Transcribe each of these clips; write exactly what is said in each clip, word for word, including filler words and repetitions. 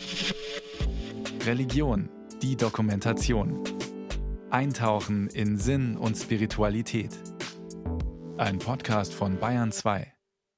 Religion, die Dokumentation. Eintauchen in Sinn und Spiritualität. Ein Podcast von Bayern zwei.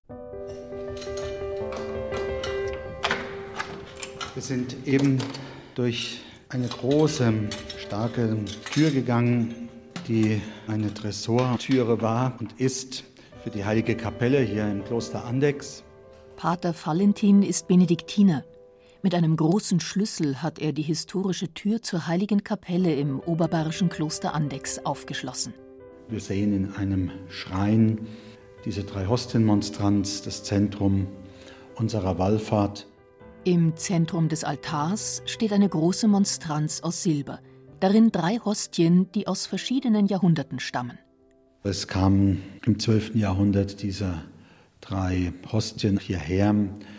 Wir sind eben durch eine große, starke Tür gegangen, die eine Tresortüre war und ist für die Heilige Kapelle hier im Kloster Andechs. Pater Valentin ist Benediktiner. Mit einem großen Schlüssel hat er die historische Tür zur Heiligen Kapelle im oberbayerischen Kloster Andechs aufgeschlossen. Wir sehen in einem Schrein diese drei Hostienmonstranz, das Zentrum unserer Wallfahrt. Im Zentrum des Altars steht eine große Monstranz aus Silber. Darin drei Hostien, die aus verschiedenen Jahrhunderten stammen. Es kamen im zwölften Jahrhundert diese drei Hostien hierher.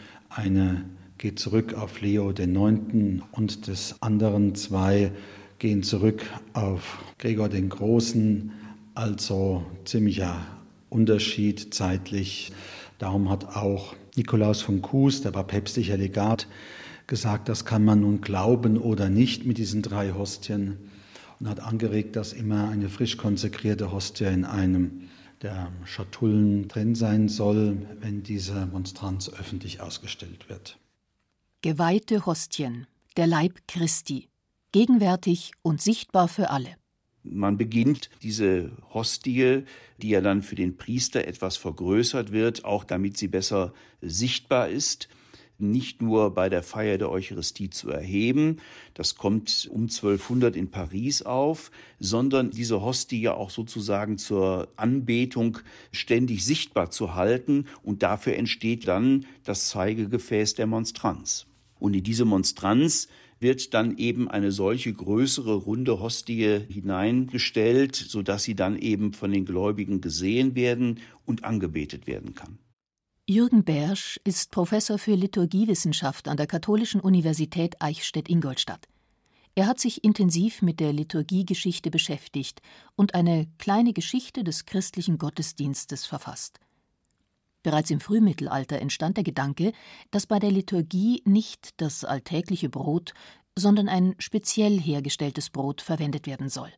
Eine geht zurück auf Leo den Neunten und des anderen zwei gehen zurück auf Gregor den Großen. Also ziemlicher Unterschied zeitlich. Darum hat auch Nikolaus von Kues, der war päpstlicher Legat, gesagt, das kann man nun glauben oder nicht mit diesen drei Hostien und hat angeregt, dass immer eine frisch konsekrierte Hostie in einem der Schatullen drin sein soll, wenn diese Monstranz öffentlich ausgestellt wird. Geweihte Hostien, der Leib Christi, gegenwärtig und sichtbar für alle. Man beginnt diese Hostie, die ja dann für den Priester etwas vergrößert wird, auch damit sie besser sichtbar ist, nicht nur bei der Feier der Eucharistie zu erheben, das kommt um zwölfhundert in Paris auf, sondern diese Hostie ja auch sozusagen zur Anbetung ständig sichtbar zu halten und dafür entsteht dann das Zeigegefäß der Monstranz. Und in diese Monstranz wird dann eben eine solche größere, runde Hostie hineingestellt, sodass sie dann eben von den Gläubigen gesehen werden und angebetet werden kann. Jürgen Bersch ist Professor für Liturgiewissenschaft an der Katholischen Universität Eichstätt-Ingolstadt. Er hat sich intensiv mit der Liturgiegeschichte beschäftigt und eine kleine Geschichte des christlichen Gottesdienstes verfasst. Bereits im Frühmittelalter entstand der Gedanke, dass bei der Liturgie nicht das alltägliche Brot, sondern ein speziell hergestelltes Brot verwendet werden soll.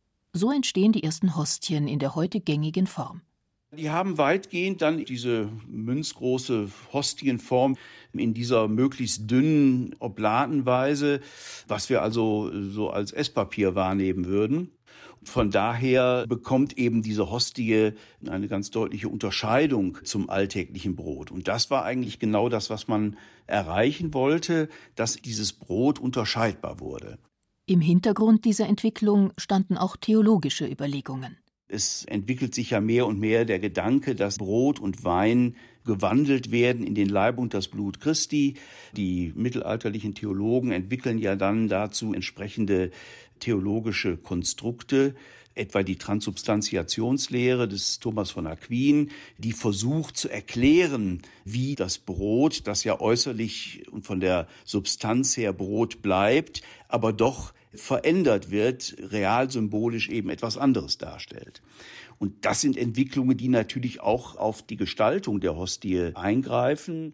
So entstehen die ersten Hostien in der heute gängigen Form. Die haben weitgehend dann diese münzgroße Hostienform in dieser möglichst dünnen Oblatenweise, was wir also so als Esspapier wahrnehmen würden. Von daher bekommt eben diese Hostie eine ganz deutliche Unterscheidung zum alltäglichen Brot. Und das war eigentlich genau das, was man erreichen wollte, dass dieses Brot unterscheidbar wurde. Im Hintergrund dieser Entwicklung standen auch theologische Überlegungen. Es entwickelt sich ja mehr und mehr der Gedanke, dass Brot und Wein gewandelt werden in den Leib und das Blut Christi. Die mittelalterlichen Theologen entwickeln ja dann dazu entsprechende theologische Konstrukte, etwa die Transsubstantiationslehre des Thomas von Aquin, die versucht zu erklären, wie das Brot, das ja äußerlich und von der Substanz her Brot bleibt, aber doch verändert wird, real symbolisch eben etwas anderes darstellt. Und das sind Entwicklungen, die natürlich auch auf die Gestaltung der Hostie eingreifen.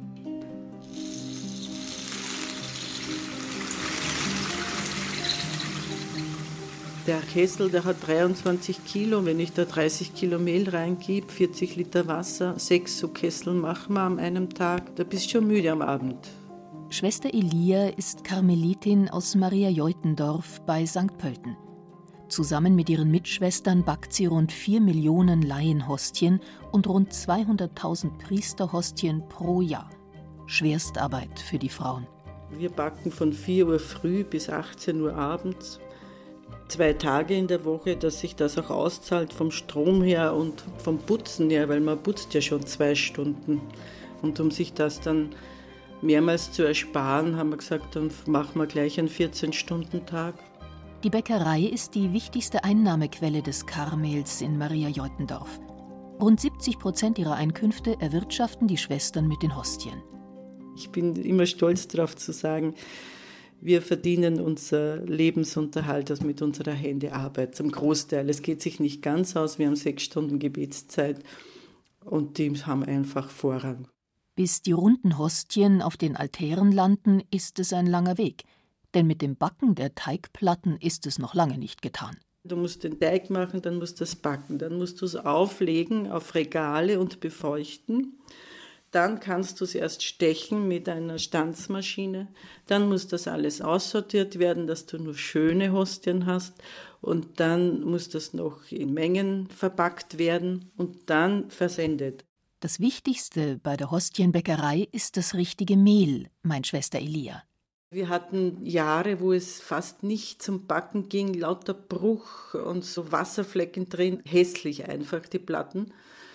Der Kessel, der hat dreiundzwanzig Kilo. Wenn ich da dreißig Kilo Mehl reingebe, vierzig Liter Wasser, sechs so Kessel machen wir an einem Tag, da bist du schon müde am Abend. Schwester Elia ist Karmelitin aus Mariajeutendorf bei Sankt Pölten. Zusammen mit ihren Mitschwestern backt sie rund vier Millionen Laienhostien und rund zweihunderttausend Priesterhostien pro Jahr. Schwerstarbeit für die Frauen. Wir backen von vier Uhr früh bis achtzehn Uhr abends. Zwei Tage in der Woche, dass sich das auch auszahlt vom Strom her und vom Putzen her, weil man putzt ja schon zwei Stunden. Und um sich das dann mehrmals zu ersparen, haben wir gesagt, dann machen wir gleich einen vierzehn-Stunden-Tag. Die Bäckerei ist die wichtigste Einnahmequelle des Karmels in Mariajeutendorf. Rund siebzig Prozent ihrer Einkünfte erwirtschaften die Schwestern mit den Hostien. Ich bin immer stolz darauf zu sagen, wir verdienen unser Lebensunterhalt also mit unserer Händearbeit zum Großteil. Es geht sich nicht ganz aus, wir haben sechs Stunden Gebetszeit und die haben einfach Vorrang. Bis die runden Hostien auf den Altären landen, ist es ein langer Weg. Denn mit dem Backen der Teigplatten ist es noch lange nicht getan. Du musst den Teig machen, dann musst du es backen, dann musst du es auflegen auf Regale und befeuchten. Dann kannst du es erst stechen mit einer Stanzmaschine. Dann muss das alles aussortiert werden, dass du nur schöne Hostien hast. Und dann muss das noch in Mengen verpackt werden und dann versendet. Das Wichtigste bei der Hostienbäckerei ist das richtige Mehl, meint Schwester Elia. Wir hatten Jahre, wo es fast nicht zum Backen ging, lauter Bruch und so Wasserflecken drin, hässlich einfach die Platten.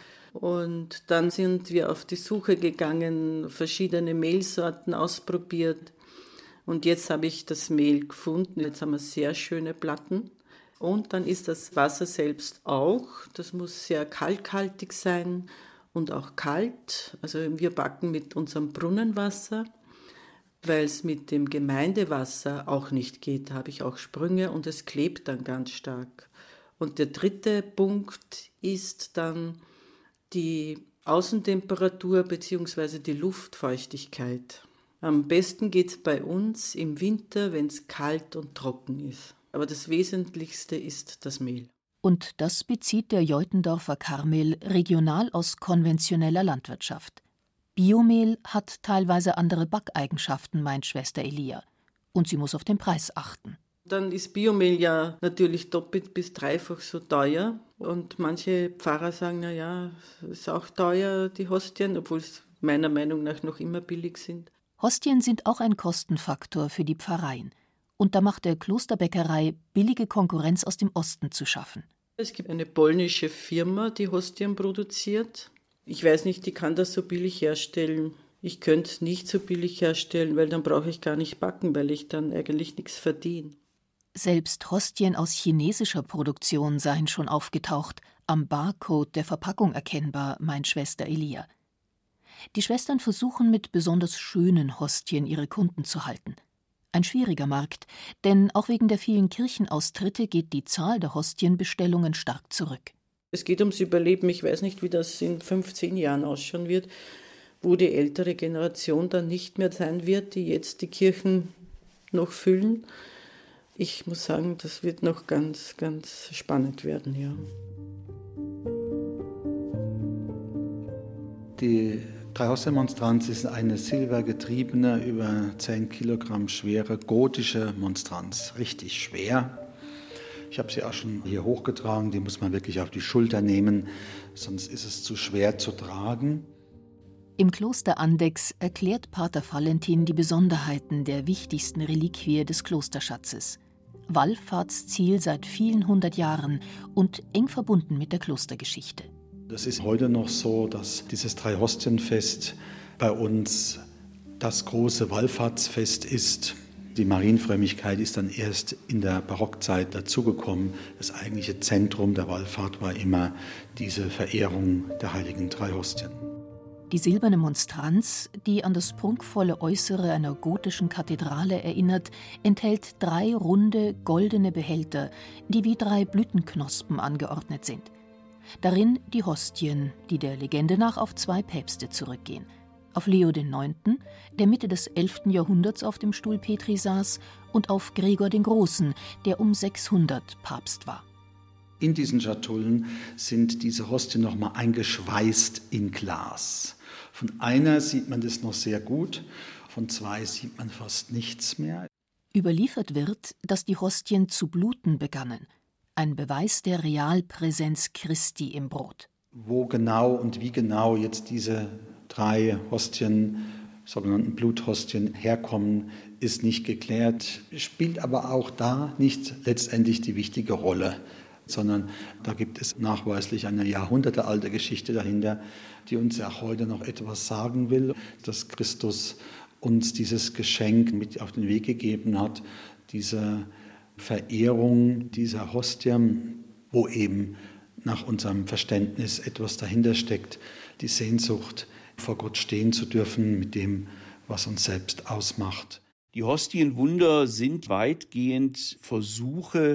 Und dann sind wir auf die Suche gegangen, verschiedene Mehlsorten ausprobiert. Und jetzt habe ich das Mehl gefunden. Jetzt haben wir sehr schöne Platten. Und dann ist das Wasser selbst auch. Das muss sehr kalkhaltig sein und auch kalt. Also wir backen mit unserem Brunnenwasser. Weil es mit dem Gemeindewasser auch nicht geht, habe ich auch Sprünge und es klebt dann ganz stark. Und der dritte Punkt ist dann die Außentemperatur bzw. die Luftfeuchtigkeit. Am besten geht es bei uns im Winter, wenn es kalt und trocken ist. Aber das Wesentlichste ist das Mehl. Und das bezieht der Jeutendorfer Karmel regional aus konventioneller Landwirtschaft. Biomehl hat teilweise andere Backeigenschaften, meint Schwester Elia. Und sie muss auf den Preis achten. Dann ist Biomehl ja natürlich doppelt bis dreifach so teuer. Und manche Pfarrer sagen, na ja, es ist auch teuer, die Hostien, obwohl es meiner Meinung nach noch immer billig sind. Hostien sind auch ein Kostenfaktor für die Pfarreien. Und da macht der Klosterbäckerei billige Konkurrenz aus dem Osten zu schaffen. Es gibt eine polnische Firma, die Hostien produziert. Ich weiß nicht, die kann das so billig herstellen. Ich könnte es nicht so billig herstellen, weil dann brauche ich gar nicht backen, weil ich dann eigentlich nichts verdiene. Selbst Hostien aus chinesischer Produktion seien schon aufgetaucht, am Barcode der Verpackung erkennbar, meint Schwester Elia. Die Schwestern versuchen mit besonders schönen Hostien ihre Kunden zu halten. Ein schwieriger Markt, denn auch wegen der vielen Kirchenaustritte geht die Zahl der Hostienbestellungen stark zurück. Es geht ums Überleben. Ich weiß nicht, wie das in fünfzehn Jahren ausschauen wird, wo die ältere Generation dann nicht mehr sein wird, die jetzt die Kirchen noch füllen. Ich muss sagen, das wird noch ganz, ganz spannend werden, ja. Die Dreihostienmonstranz ist eine silbergetriebene, über zehn Kilogramm schwere gotische Monstranz. Richtig schwer. Ich habe sie auch schon hier hochgetragen, die muss man wirklich auf die Schulter nehmen, sonst ist es zu schwer zu tragen. Im Kloster Andechs erklärt Pater Valentin die Besonderheiten der wichtigsten Reliquie des Klosterschatzes. Wallfahrtsziel seit vielen hundert Jahren und eng verbunden mit der Klostergeschichte. Das ist heute noch so, dass dieses Dreihostienfest bei uns das große Wallfahrtsfest ist. Die Marienfrömmigkeit ist dann erst in der Barockzeit dazugekommen. Das eigentliche Zentrum der Wallfahrt war immer diese Verehrung der heiligen drei Hostien. Die silberne Monstranz, die an das prunkvolle Äußere einer gotischen Kathedrale erinnert, enthält drei runde, goldene Behälter, die wie drei Blütenknospen angeordnet sind. Darin die Hostien, die der Legende nach auf zwei Päpste zurückgehen. Auf Leo den Neunten, der Mitte des elften Jahrhunderts auf dem Stuhl Petri saß, und auf Gregor den Großen, der um sechshundert Papst war. In diesen Schatullen sind diese Hostien nochmal eingeschweißt in Glas. Von einer sieht man das noch sehr gut, von zwei sieht man fast nichts mehr. Überliefert wird, dass die Hostien zu bluten begannen. Ein Beweis der Realpräsenz Christi im Brot. Wo genau und wie genau jetzt diese drei Hostien, sogenannten Bluthostien, herkommen, ist nicht geklärt, spielt aber auch da nicht letztendlich die wichtige Rolle, sondern da gibt es nachweislich eine jahrhundertealte Geschichte dahinter, die uns ja heute noch etwas sagen will, dass Christus uns dieses Geschenk mit auf den Weg gegeben hat, diese Verehrung dieser Hostien, wo eben nach unserem Verständnis etwas dahinter steckt, die Sehnsucht, vor Gott stehen zu dürfen mit dem, was uns selbst ausmacht. Die Hostienwunder sind weitgehend Versuche,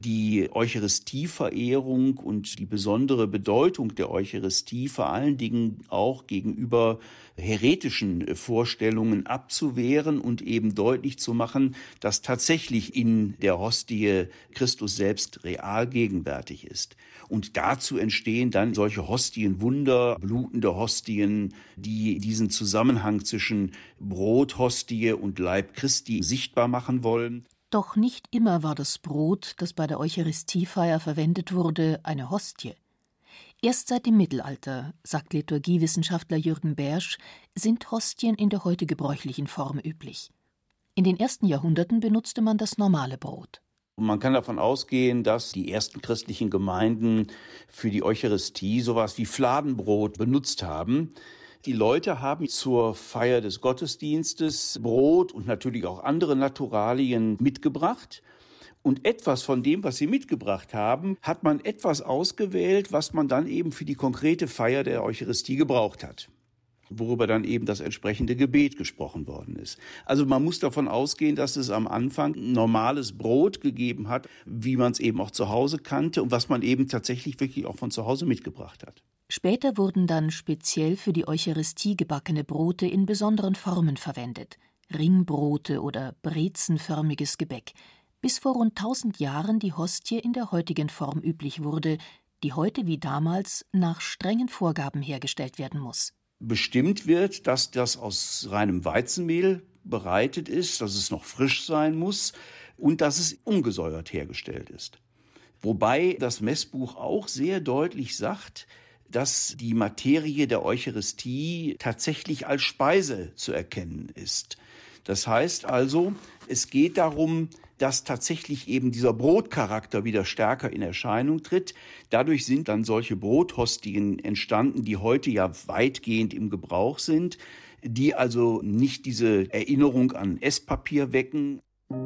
die Eucharistieverehrung und die besondere Bedeutung der Eucharistie vor allen Dingen auch gegenüber häretischen Vorstellungen abzuwehren und eben deutlich zu machen, dass tatsächlich in der Hostie Christus selbst real gegenwärtig ist. Und dazu entstehen dann solche Hostienwunder, blutende Hostien, die diesen Zusammenhang zwischen Brothostie und Leib Christi sichtbar machen wollen. Doch nicht immer war das Brot, das bei der Eucharistiefeier verwendet wurde, eine Hostie. Erst seit dem Mittelalter, sagt Liturgiewissenschaftler Jürgen Bersch, sind Hostien in der heute gebräuchlichen Form üblich. In den ersten Jahrhunderten benutzte man das normale Brot. Man kann davon ausgehen, dass die ersten christlichen Gemeinden für die Eucharistie sowas wie Fladenbrot benutzt haben. Die Leute haben zur Feier des Gottesdienstes Brot und natürlich auch andere Naturalien mitgebracht. Und etwas von dem, was sie mitgebracht haben, hat man etwas ausgewählt, was man dann eben für die konkrete Feier der Eucharistie gebraucht hat, worüber dann eben das entsprechende Gebet gesprochen worden ist. Also man muss davon ausgehen, dass es am Anfang normales Brot gegeben hat, wie man es eben auch zu Hause kannte und was man eben tatsächlich wirklich auch von zu Hause mitgebracht hat. Später wurden dann speziell für die Eucharistie gebackene Brote in besonderen Formen verwendet. Ringbrote oder brezenförmiges Gebäck, bis vor rund tausend Jahren die Hostie in der heutigen Form üblich wurde, die heute wie damals nach strengen Vorgaben hergestellt werden muss. Bestimmt wird, dass das aus reinem Weizenmehl bereitet ist, dass es noch frisch sein muss und dass es ungesäuert hergestellt ist. Wobei das Messbuch auch sehr deutlich sagt, dass die Materie der Eucharistie tatsächlich als Speise zu erkennen ist. Das heißt also, es geht darum, dass tatsächlich eben dieser Brotcharakter wieder stärker in Erscheinung tritt. Dadurch sind dann solche Brothostien entstanden, die heute ja weitgehend im Gebrauch sind, die also nicht diese Erinnerung an Esspapier wecken.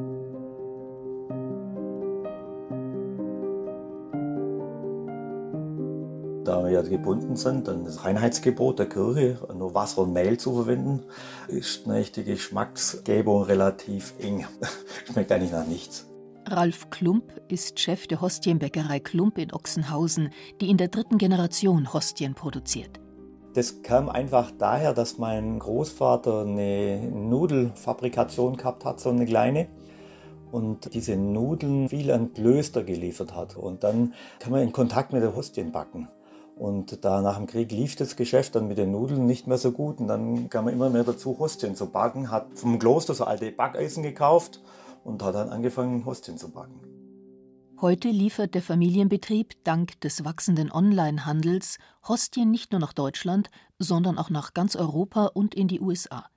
Da wir ja gebunden sind an das Reinheitsgebot der Kirche, nur Wasser und Mehl zu verwenden, ist die Geschmacksgebung relativ eng. Schmeckt eigentlich nach nichts. Ralf Klump ist Chef der Hostienbäckerei Klump in Ochsenhausen, die in der dritten Generation Hostien produziert. Das kam einfach daher, dass mein Großvater eine Nudelfabrikation gehabt hat, so eine kleine. Und diese Nudeln viel an Klöster geliefert hat. Und dann kam man in Kontakt mit der Hostienbacken. Und da nach dem Krieg lief das Geschäft dann mit den Nudeln nicht mehr so gut. Und dann kam man immer mehr dazu, Hostien zu backen. Hat vom Kloster so alte Backeisen gekauft und hat dann angefangen, Hostien zu backen. Heute liefert der Familienbetrieb dank des wachsenden Onlinehandels Hostien nicht nur nach Deutschland, sondern auch nach ganz Europa und in die U S A.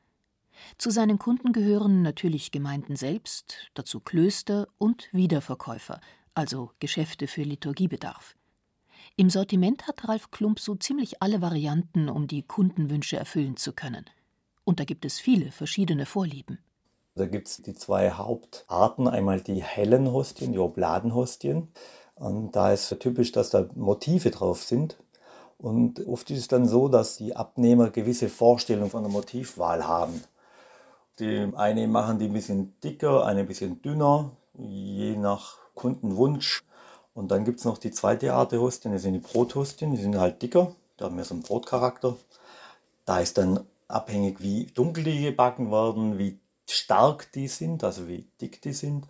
Zu seinen Kunden gehören natürlich Gemeinden selbst, dazu Klöster und Wiederverkäufer, also Geschäfte für Liturgiebedarf. Im Sortiment hat Ralf Klump so ziemlich alle Varianten, um die Kundenwünsche erfüllen zu können. Und da gibt es viele verschiedene Vorlieben. Da gibt es die zwei Hauptarten, einmal die hellen Hostien, die Obladenhostien. Und da ist typisch, dass da Motive drauf sind. Und oft ist es dann so, dass die Abnehmer gewisse Vorstellungen von der Motivwahl haben. Die eine machen die ein bisschen dicker, eine ein bisschen dünner, je nach Kundenwunsch. Und dann gibt es noch die zweite Art der Hostien, das sind die Brothostien, die sind halt dicker, da haben wir so einen Brotcharakter. Da ist dann abhängig, wie dunkel die gebacken werden, wie stark die sind, also wie dick die sind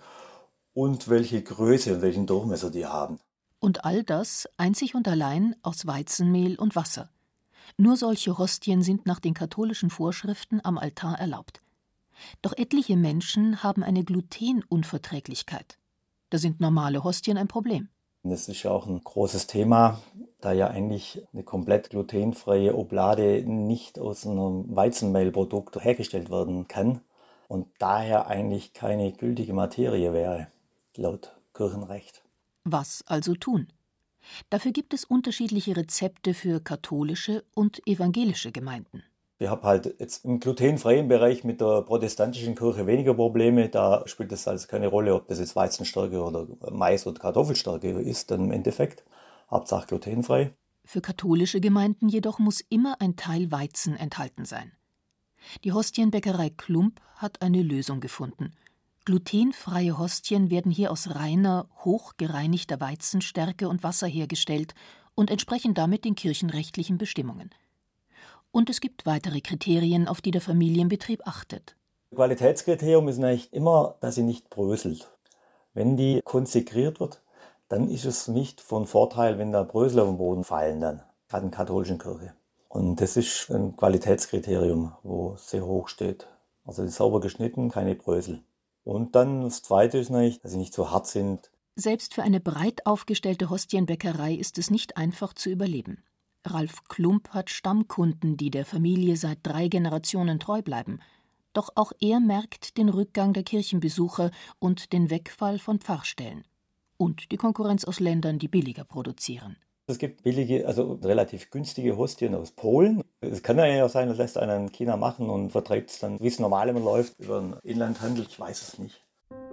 und welche Größe und welchen Durchmesser die haben. Und all das einzig und allein aus Weizenmehl und Wasser. Nur solche Hostien sind nach den katholischen Vorschriften am Altar erlaubt. Doch etliche Menschen haben eine Glutenunverträglichkeit. Da sind normale Hostien ein Problem. Das ist ja auch ein großes Thema, da ja eigentlich eine komplett glutenfreie Oblade nicht aus einem Weizenmehlprodukt hergestellt werden kann und daher eigentlich keine gültige Materie wäre, laut Kirchenrecht. Was also tun? Dafür gibt es unterschiedliche Rezepte für katholische und evangelische Gemeinden. Ich habe halt jetzt im glutenfreien Bereich mit der protestantischen Kirche weniger Probleme. Da spielt es also keine Rolle, ob das jetzt Weizenstärke oder Mais- oder Kartoffelstärke ist, dann im Endeffekt. Hauptsache glutenfrei. Für katholische Gemeinden jedoch muss immer ein Teil Weizen enthalten sein. Die Hostienbäckerei Klump hat eine Lösung gefunden. Glutenfreie Hostien werden hier aus reiner, hochgereinigter Weizenstärke und Wasser hergestellt und entsprechen damit den kirchenrechtlichen Bestimmungen. Und es gibt weitere Kriterien, auf die der Familienbetrieb achtet. Qualitätskriterium ist eigentlich immer, dass sie nicht bröselt. Wenn die konsekriert wird, dann ist es nicht von Vorteil, wenn da Brösel auf den Boden fallen, dann, gerade in der katholischen Kirche. Und das ist ein Qualitätskriterium, wo sehr hoch steht. Also sauber geschnitten, keine Brösel. Und dann das Zweite ist natürlich, dass sie nicht so hart sind. Selbst für eine breit aufgestellte Hostienbäckerei ist es nicht einfach zu überleben. Ralf Klump hat Stammkunden, die der Familie seit drei Generationen treu bleiben. Doch auch er merkt den Rückgang der Kirchenbesucher und den Wegfall von Pfarrstellen. Und die Konkurrenz aus Ländern, die billiger produzieren. Es gibt billige, also relativ günstige Hostien aus Polen. Es kann ja auch sein, das lässt einer in China machen und vertreibt es dann, wie es normal immer läuft, über den Inlandhandel. Ich weiß es nicht.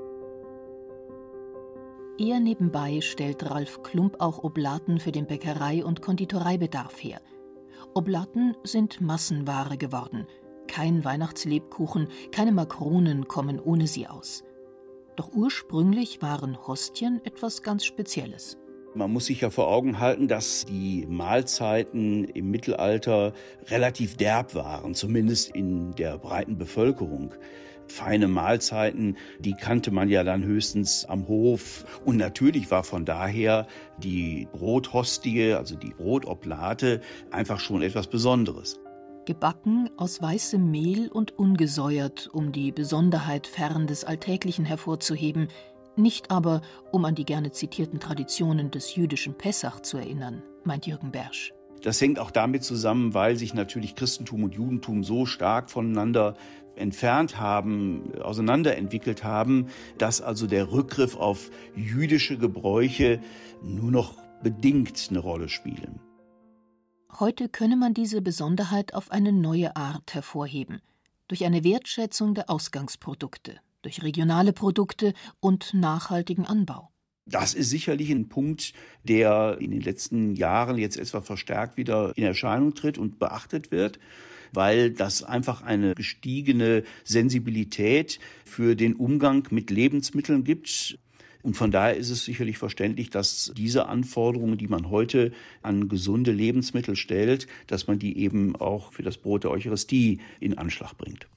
Eher nebenbei stellt Ralf Klump auch Oblaten für den Bäckerei- und Konditoreibedarf her. Oblaten sind Massenware geworden. Kein Weihnachtslebkuchen, keine Makronen kommen ohne sie aus. Doch ursprünglich waren Hostien etwas ganz Spezielles. Man muss sich ja vor Augen halten, dass die Mahlzeiten im Mittelalter relativ derb waren, zumindest in der breiten Bevölkerung. Feine Mahlzeiten, die kannte man ja dann höchstens am Hof. Und natürlich war von daher die Brothostie, also die Brotoblate, einfach schon etwas Besonderes. Gebacken aus weißem Mehl und ungesäuert, um die Besonderheit fern des Alltäglichen hervorzuheben, nicht aber, um an die gerne zitierten Traditionen des jüdischen Pessach zu erinnern, meint Jürgen Bersch. Das hängt auch damit zusammen, weil sich natürlich Christentum und Judentum so stark voneinander entfernt haben, auseinanderentwickelt haben, dass also der Rückgriff auf jüdische Gebräuche nur noch bedingt eine Rolle spielen. Heute könne man diese Besonderheit auf eine neue Art hervorheben, durch eine Wertschätzung der Ausgangsprodukte, durch regionale Produkte und nachhaltigen Anbau. Das ist sicherlich ein Punkt, der in den letzten Jahren jetzt etwas verstärkt wieder in Erscheinung tritt und beachtet wird, weil das einfach eine gestiegene Sensibilität für den Umgang mit Lebensmitteln gibt. Und von daher ist es sicherlich verständlich, dass diese Anforderungen, die man heute an gesunde Lebensmittel stellt, dass man die eben auch für das Brot der Eucharistie in Anschlag bringt.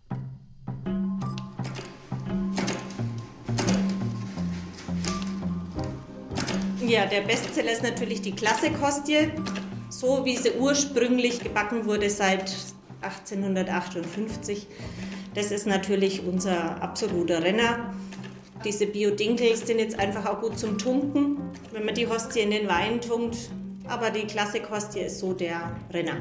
Ja, der Bestseller ist natürlich die Klassikhostie, so wie sie ursprünglich gebacken wurde seit achtzehnhundertachtundfünfzig. Das ist natürlich unser absoluter Renner. Diese Bio-Dinkel sind jetzt einfach auch gut zum Tunken, wenn man die Hostie in den Wein tunkt. Aber die Klassikhostie ist so der Renner.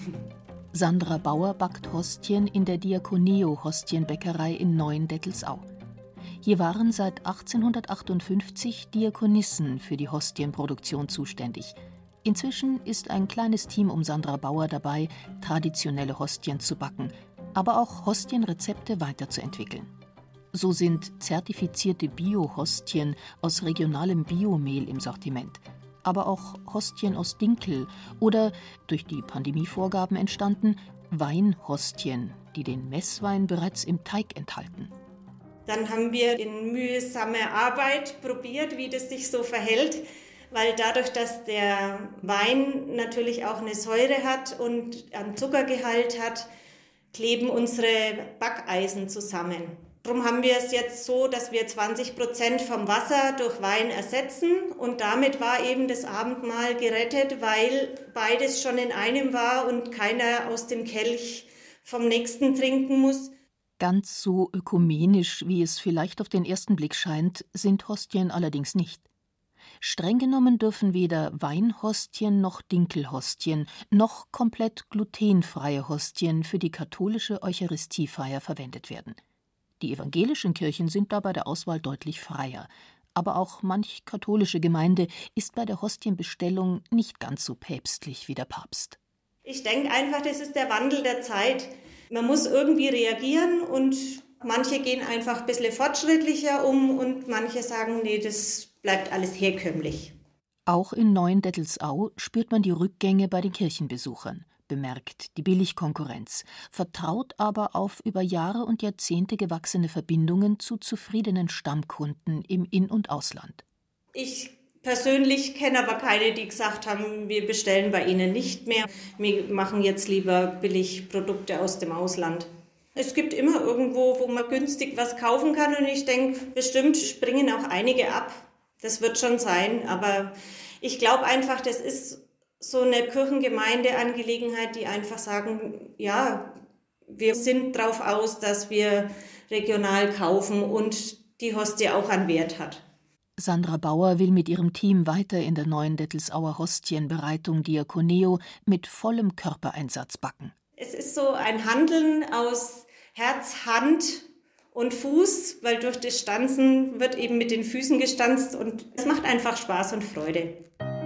Sandra Bauer backt Hostien in der Diakoneo-Hostienbäckerei in Neuendettelsau. Hier waren seit achtzehnhundertachtundfünfzig Diakonissen für die Hostienproduktion zuständig. Inzwischen ist ein kleines Team um Sandra Bauer dabei, traditionelle Hostien zu backen, aber auch Hostienrezepte weiterzuentwickeln. So sind zertifizierte Bio-Hostien aus regionalem Biomehl im Sortiment, aber auch Hostien aus Dinkel oder, durch die Pandemievorgaben entstanden, Weinhostien, die den Messwein bereits im Teig enthalten. Dann haben wir in mühsamer Arbeit probiert, wie das sich so verhält, weil dadurch, dass der Wein natürlich auch eine Säure hat und einen Zuckergehalt hat, kleben unsere Backeisen zusammen. Darum haben wir es jetzt so, dass wir zwanzig Prozent vom Wasser durch Wein ersetzen und damit war eben das Abendmahl gerettet, weil beides schon in einem war und keiner aus dem Kelch vom nächsten trinken muss. Ganz so ökumenisch, wie es vielleicht auf den ersten Blick scheint, sind Hostien allerdings nicht. Streng genommen dürfen weder Weinhostien noch Dinkelhostien noch komplett glutenfreie Hostien für die katholische Eucharistiefeier verwendet werden. Die evangelischen Kirchen sind da bei der Auswahl deutlich freier, aber auch manch katholische Gemeinde ist bei der Hostienbestellung nicht ganz so päpstlich wie der Papst. Ich denke einfach, das ist der Wandel der Zeit. Man muss irgendwie reagieren und manche gehen einfach ein bisschen fortschrittlicher um und manche sagen, nee, das bleibt alles herkömmlich. Auch in Neuendettelsau spürt man die Rückgänge bei den Kirchenbesuchern. bemerkt die Billigkonkurrenz, vertraut aber auf über Jahre und Jahrzehnte gewachsene Verbindungen zu zufriedenen Stammkunden im In- und Ausland. Ich persönlich kenne aber keine, die gesagt haben, wir bestellen bei Ihnen nicht mehr, wir machen jetzt lieber Billigprodukte aus dem Ausland. Es gibt immer irgendwo, wo man günstig was kaufen kann und ich denke, bestimmt springen auch einige ab. Das wird schon sein, aber ich glaube einfach, das ist so eine Kirchengemeindeangelegenheit, die einfach sagen, ja, wir sind drauf aus, dass wir regional kaufen und die Hostie auch an Wert hat. Sandra Bauer will mit ihrem Team weiter in der neuen Dettelsauer Hostienbereitung Diakoneo mit vollem Körpereinsatz backen. Es ist so ein Handeln aus Herz, Hand und Fuß, weil durch das Stanzen wird eben mit den Füßen gestanzt und es macht einfach Spaß und Freude.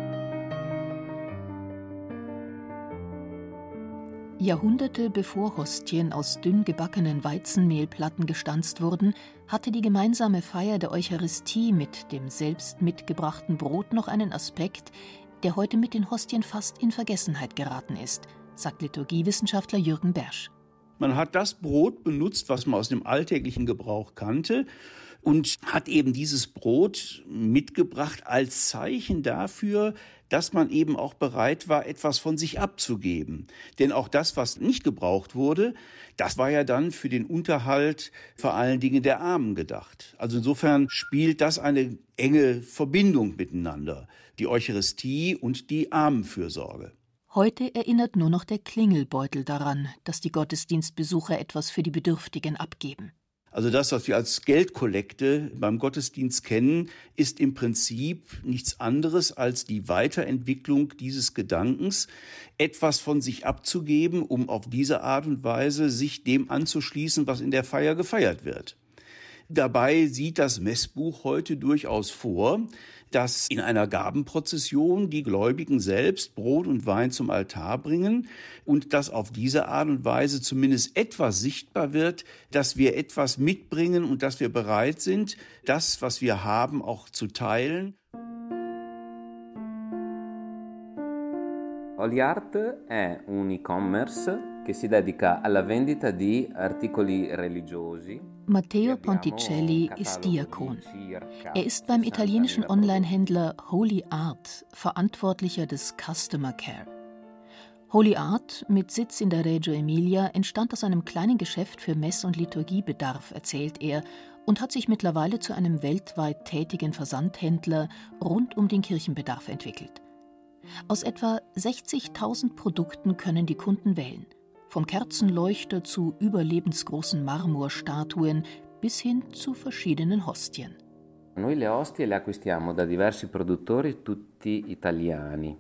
Jahrhunderte bevor Hostien aus dünn gebackenen Weizenmehlplatten gestanzt wurden, hatte die gemeinsame Feier der Eucharistie mit dem selbst mitgebrachten Brot noch einen Aspekt, der heute mit den Hostien fast in Vergessenheit geraten ist, sagt Liturgiewissenschaftler Jürgen Bersch. Man hat das Brot benutzt, was man aus dem alltäglichen Gebrauch kannte, und hat eben dieses Brot mitgebracht als Zeichen dafür, dass man eben auch bereit war, etwas von sich abzugeben. Denn auch das, was nicht gebraucht wurde, das war ja dann für den Unterhalt vor allen Dingen der Armen gedacht. Also insofern spielt das eine enge Verbindung miteinander, die Eucharistie und die Armenfürsorge. Heute erinnert nur noch der Klingelbeutel daran, dass die Gottesdienstbesucher etwas für die Bedürftigen abgeben. Also das, was wir als Geldkollekte beim Gottesdienst kennen, ist im Prinzip nichts anderes als die Weiterentwicklung dieses Gedankens, etwas von sich abzugeben, um auf diese Art und Weise sich dem anzuschließen, was in der Feier gefeiert wird. Dabei sieht das Messbuch heute durchaus vor, dass in einer Gabenprozession die Gläubigen selbst Brot und Wein zum Altar bringen und dass auf diese Art und Weise zumindest etwas sichtbar wird, dass wir etwas mitbringen und dass wir bereit sind, das, was wir haben, auch zu teilen. Holiart è un e-commerce che si dedica alla vendita di articoli religiosi. Matteo Ponticelli ist Diakon. Er ist beim italienischen Online-Händler Holy Art Verantwortlicher des Customer Care. Holy Art, mit Sitz in der Reggio Emilia, entstand aus einem kleinen Geschäft für Mess- und Liturgiebedarf, erzählt er, und hat sich mittlerweile zu einem weltweit tätigen Versandhändler rund um den Kirchenbedarf entwickelt. Aus etwa sechzigtausend Produkten können die Kunden wählen. Vom Kerzenleuchter zu überlebensgroßen Marmorstatuen bis hin zu verschiedenen Hostien. Noi le ostie le acquistiamo da diversi produttori, tutti italiani.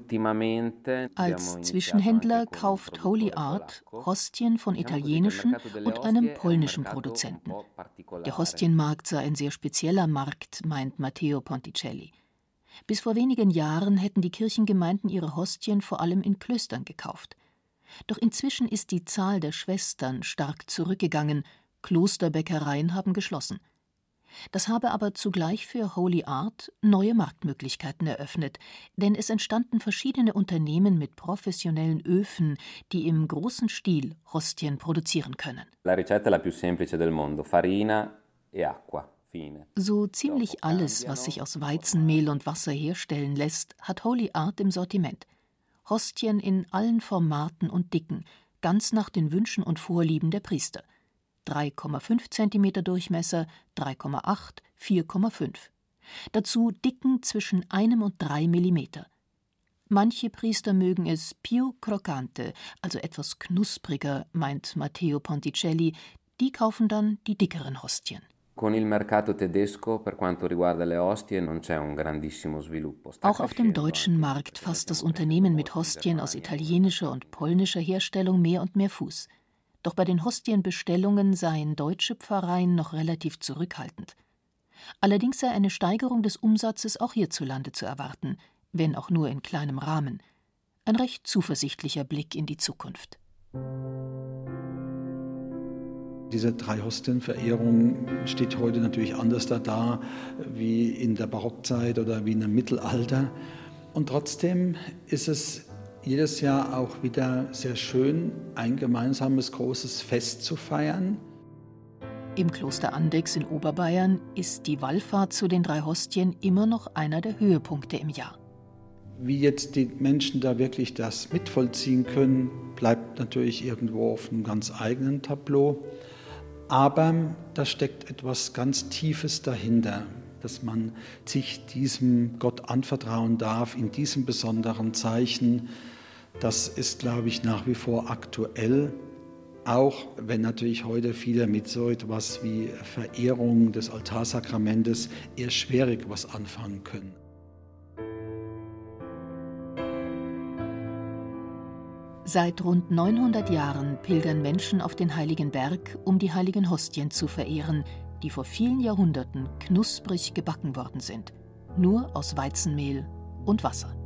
Als Zwischenhändler kauft Holy Art Hostien von italienischen und einem polnischen Produzenten. Der Hostienmarkt sei ein sehr spezieller Markt, meint Matteo Ponticelli. Bis vor wenigen Jahren hätten die Kirchengemeinden ihre Hostien vor allem in Klöstern gekauft. Doch inzwischen ist die Zahl der Schwestern stark zurückgegangen, Klosterbäckereien haben geschlossen. Das habe aber zugleich für Holy Art neue Marktmöglichkeiten eröffnet, denn es entstanden verschiedene Unternehmen mit professionellen Öfen, die im großen Stil Hostien produzieren können. La ricetta la più semplice del mondo, farina e acqua. So ziemlich alles, was sich aus Weizenmehl und Wasser herstellen lässt, hat Holy Art im Sortiment. Hostien in allen Formaten und Dicken, ganz nach den Wünschen und Vorlieben der Priester. drei Komma fünf Zentimeter Durchmesser, drei Komma acht, vier Komma fünf. Dazu Dicken zwischen einem und drei Millimeter. Manche Priester mögen es più croccante, also etwas knuspriger, meint Matteo Ponticelli. Die kaufen dann die dickeren Hostien. Con il mercato tedesco per quanto riguarda le ostie non c'è un grandissimo sviluppo. Auch auf dem deutschen Markt fasst das Unternehmen mit Hostien aus italienischer und polnischer Herstellung mehr und mehr Fuß. Doch bei den Hostienbestellungen seien deutsche Pfarreien noch relativ zurückhaltend. Allerdings sei eine Steigerung des Umsatzes auch hierzulande zu erwarten, wenn auch nur in kleinem Rahmen. Ein recht zuversichtlicher Blick in die Zukunft. Diese Drei-Hostien-Verehrung steht heute natürlich anders da, da wie in der Barockzeit oder wie im Mittelalter. Und trotzdem ist es jedes Jahr auch wieder sehr schön, ein gemeinsames großes Fest zu feiern. Im Kloster Andechs in Oberbayern ist die Wallfahrt zu den drei Hostien immer noch einer der Höhepunkte im Jahr. Wie jetzt die Menschen da wirklich das mitvollziehen können, bleibt natürlich irgendwo auf einem ganz eigenen Tableau. Aber da steckt etwas ganz Tiefes dahinter, dass man sich diesem Gott anvertrauen darf in diesem besonderen Zeichen. Das ist, glaube ich, nach wie vor aktuell. Auch wenn natürlich heute viele mit so etwas wie Verehrung des Altarsakramentes eher schwierig was anfangen können. Seit rund neunhundert Jahren pilgern Menschen auf den Heiligen Berg, um die heiligen Hostien zu verehren, die vor vielen Jahrhunderten knusprig gebacken worden sind, nur aus Weizenmehl und Wasser.